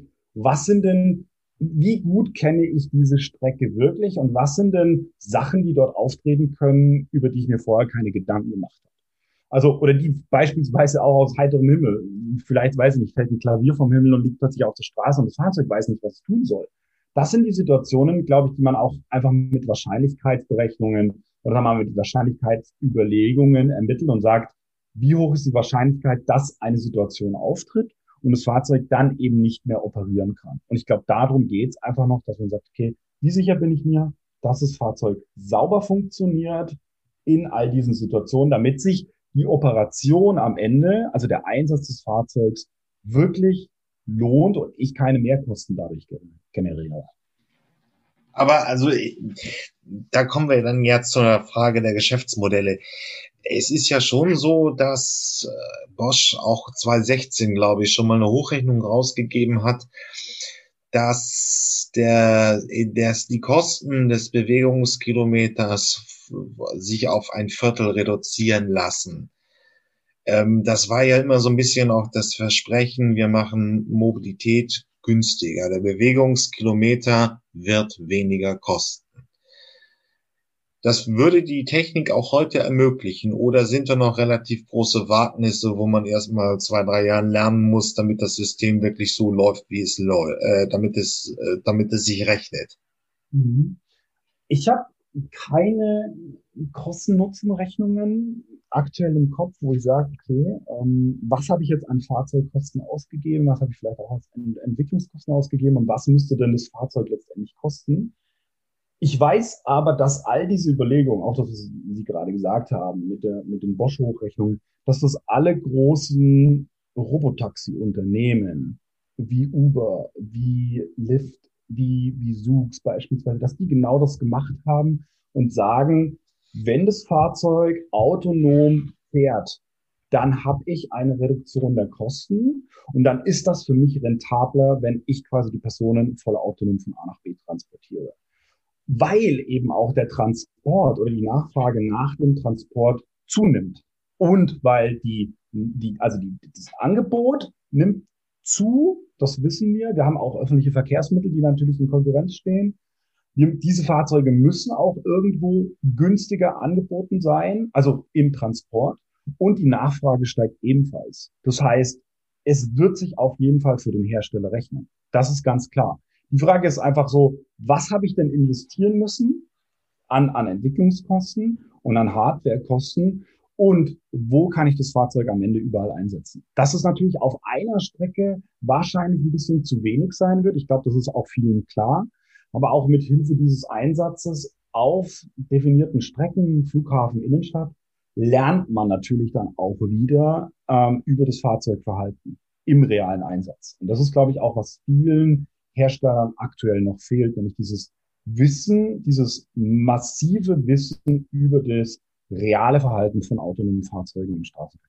Speaker 2: wie gut kenne ich diese Strecke wirklich und was sind denn Sachen, die dort auftreten können, über die ich mir vorher keine Gedanken gemacht habe? Also, oder die beispielsweise auch aus heiterem Himmel. Vielleicht, weiß ich nicht, fällt ein Klavier vom Himmel und liegt plötzlich auf der Straße und das Fahrzeug weiß nicht, was es tun soll. Das sind die Situationen, glaube ich, die man auch einfach mit Wahrscheinlichkeitsberechnungen oder sagen wir mal mit Wahrscheinlichkeitsüberlegungen ermittelt und sagt, wie hoch ist die Wahrscheinlichkeit, dass eine Situation auftritt und das Fahrzeug dann eben nicht mehr operieren kann. Und ich glaube, darum geht es einfach noch, dass man sagt, okay, wie sicher bin ich mir, dass das Fahrzeug sauber funktioniert in all diesen Situationen, damit sich die Operation am Ende, also der Einsatz des Fahrzeugs, wirklich lohnt und ich keine Mehrkosten dadurch generiere.
Speaker 1: Aber also, da kommen wir dann ja zur Frage der Geschäftsmodelle. Es ist ja schon so, dass Bosch auch 2016, glaube ich, schon mal eine Hochrechnung rausgegeben hat, dass die Kosten des Bewegungskilometers sich auf ein Viertel reduzieren lassen. Das war ja immer so ein bisschen auch das Versprechen, wir machen Mobilität günstiger. Der Bewegungskilometer wird weniger kosten. Das würde die Technik auch heute ermöglichen, oder sind da noch relativ große Wagnisse, wo man erst mal 2, 3 Jahren lernen muss, damit das System wirklich so läuft, wie es läuft, damit es sich rechnet?
Speaker 2: Mhm. Ich habe keine Kosten-Nutzen-Rechnungen aktuell im Kopf, wo ich sage, okay, was habe ich jetzt an Fahrzeugkosten ausgegeben, was habe ich vielleicht auch an Entwicklungskosten ausgegeben und was müsste denn das Fahrzeug letztendlich kosten? Ich weiß aber, dass all diese Überlegungen, auch das, was Sie gerade gesagt haben, mit den Bosch-Hochrechnungen, dass das alle großen Robotaxi-Unternehmen wie Uber, wie Lyft, wie Zoox beispielsweise, dass die genau das gemacht haben und sagen, wenn das Fahrzeug autonom fährt, dann habe ich eine Reduktion der Kosten und dann ist das für mich rentabler, wenn ich quasi die Personen voll autonom von A nach B transportiere, weil eben auch der Transport oder die Nachfrage nach dem Transport zunimmt. Und weil das Angebot nimmt zu, das wissen wir. Wir haben auch öffentliche Verkehrsmittel, die natürlich in Konkurrenz stehen. Diese Fahrzeuge müssen auch irgendwo günstiger angeboten sein, also im Transport. Und die Nachfrage steigt ebenfalls. Das heißt, es wird sich auf jeden Fall für den Hersteller rechnen. Das ist ganz klar. Die Frage ist einfach so, was habe ich denn investieren müssen an Entwicklungskosten und an Hardwarekosten und wo kann ich das Fahrzeug am Ende überall einsetzen? Dass es natürlich auf einer Strecke wahrscheinlich ein bisschen zu wenig sein wird. Ich glaube, das ist auch vielen klar. Aber auch mit Hilfe dieses Einsatzes auf definierten Strecken, Flughafen, Innenstadt, lernt man natürlich dann auch wieder über das Fahrzeugverhalten im realen Einsatz. Und das ist, glaube ich, auch, was vielen Herstellern aktuell noch fehlt, nämlich dieses Wissen, dieses massive Wissen über das reale Verhalten von autonomen Fahrzeugen im Straßenverkehr.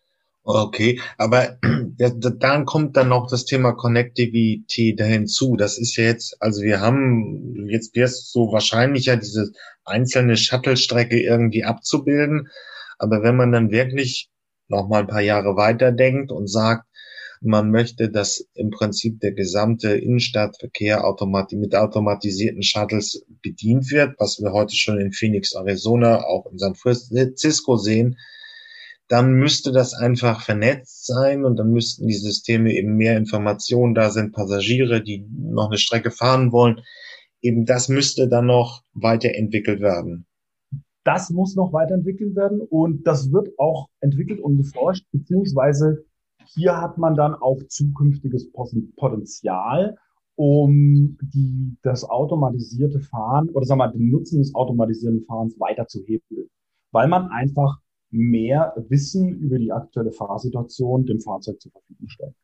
Speaker 1: Okay, aber dann kommt dann noch das Thema Connectivity da hinzu. Das ist ja jetzt, also wir haben, jetzt wäre es so wahrscheinlicher, diese einzelne Shuttle-Strecke irgendwie abzubilden. Aber wenn man dann wirklich noch mal ein paar Jahre weiterdenkt und sagt, man möchte, dass im Prinzip der gesamte Innenstadtverkehr mit automatisierten Shuttles bedient wird, was wir heute schon in Phoenix, Arizona, auch in San Francisco sehen, dann müsste das einfach vernetzt sein und dann müssten die Systeme eben mehr Informationen, da sind Passagiere, die noch eine Strecke fahren wollen, eben das müsste dann noch weiterentwickelt werden.
Speaker 2: Das muss noch weiterentwickelt werden und das wird auch entwickelt und geforscht, beziehungsweise hier hat man dann auch zukünftiges Potenzial, um das automatisierte Fahren oder sagen wir mal, den Nutzen des automatisierten Fahrens weiter zu hebeln, weil man einfach mehr Wissen über die aktuelle Fahrsituation dem Fahrzeug zur Verfügung stellt.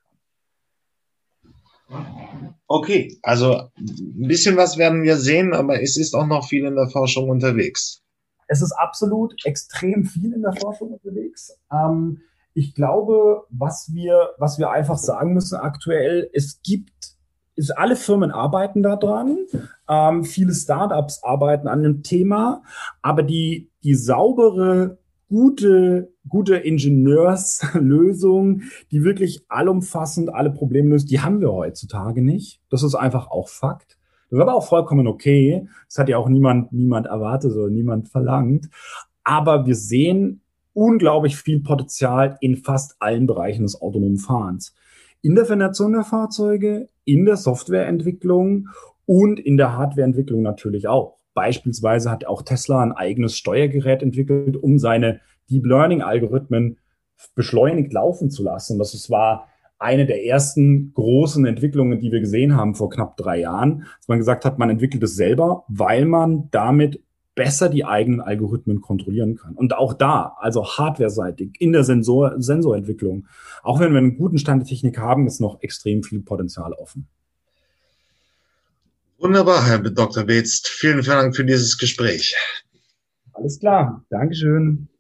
Speaker 1: Okay, also ein bisschen was werden wir sehen, aber es ist auch noch viel in der Forschung unterwegs.
Speaker 2: Es ist absolut extrem viel in der Forschung unterwegs. Ich glaube, was wir einfach sagen müssen aktuell, alle Firmen arbeiten daran, viele Startups arbeiten an dem Thema, aber die saubere, gute Ingenieurslösung, die wirklich allumfassend alle Probleme löst, die haben wir heutzutage nicht. Das ist einfach auch Fakt. Das ist aber auch vollkommen okay. Das hat ja auch niemand erwartet oder niemand verlangt. Aber wir sehen unglaublich viel Potenzial in fast allen Bereichen des autonomen Fahrens. In der Vernetzung der Fahrzeuge, in der Softwareentwicklung und in der Hardwareentwicklung natürlich auch. Beispielsweise hat auch Tesla ein eigenes Steuergerät entwickelt, um seine Deep Learning-Algorithmen beschleunigt laufen zu lassen. Das war eine der ersten großen Entwicklungen, die wir gesehen haben vor knapp 3 Jahren, dass man gesagt hat, man entwickelt es selber, weil man damit besser die eigenen Algorithmen kontrollieren kann. Und auch da, also hardwareseitig, in der Sensorentwicklung, auch wenn wir einen guten Stand der Technik haben, ist noch extrem viel Potenzial offen.
Speaker 1: Wunderbar, Herr Dr. Beetz. Vielen Dank für dieses Gespräch.
Speaker 2: Alles klar. Dankeschön.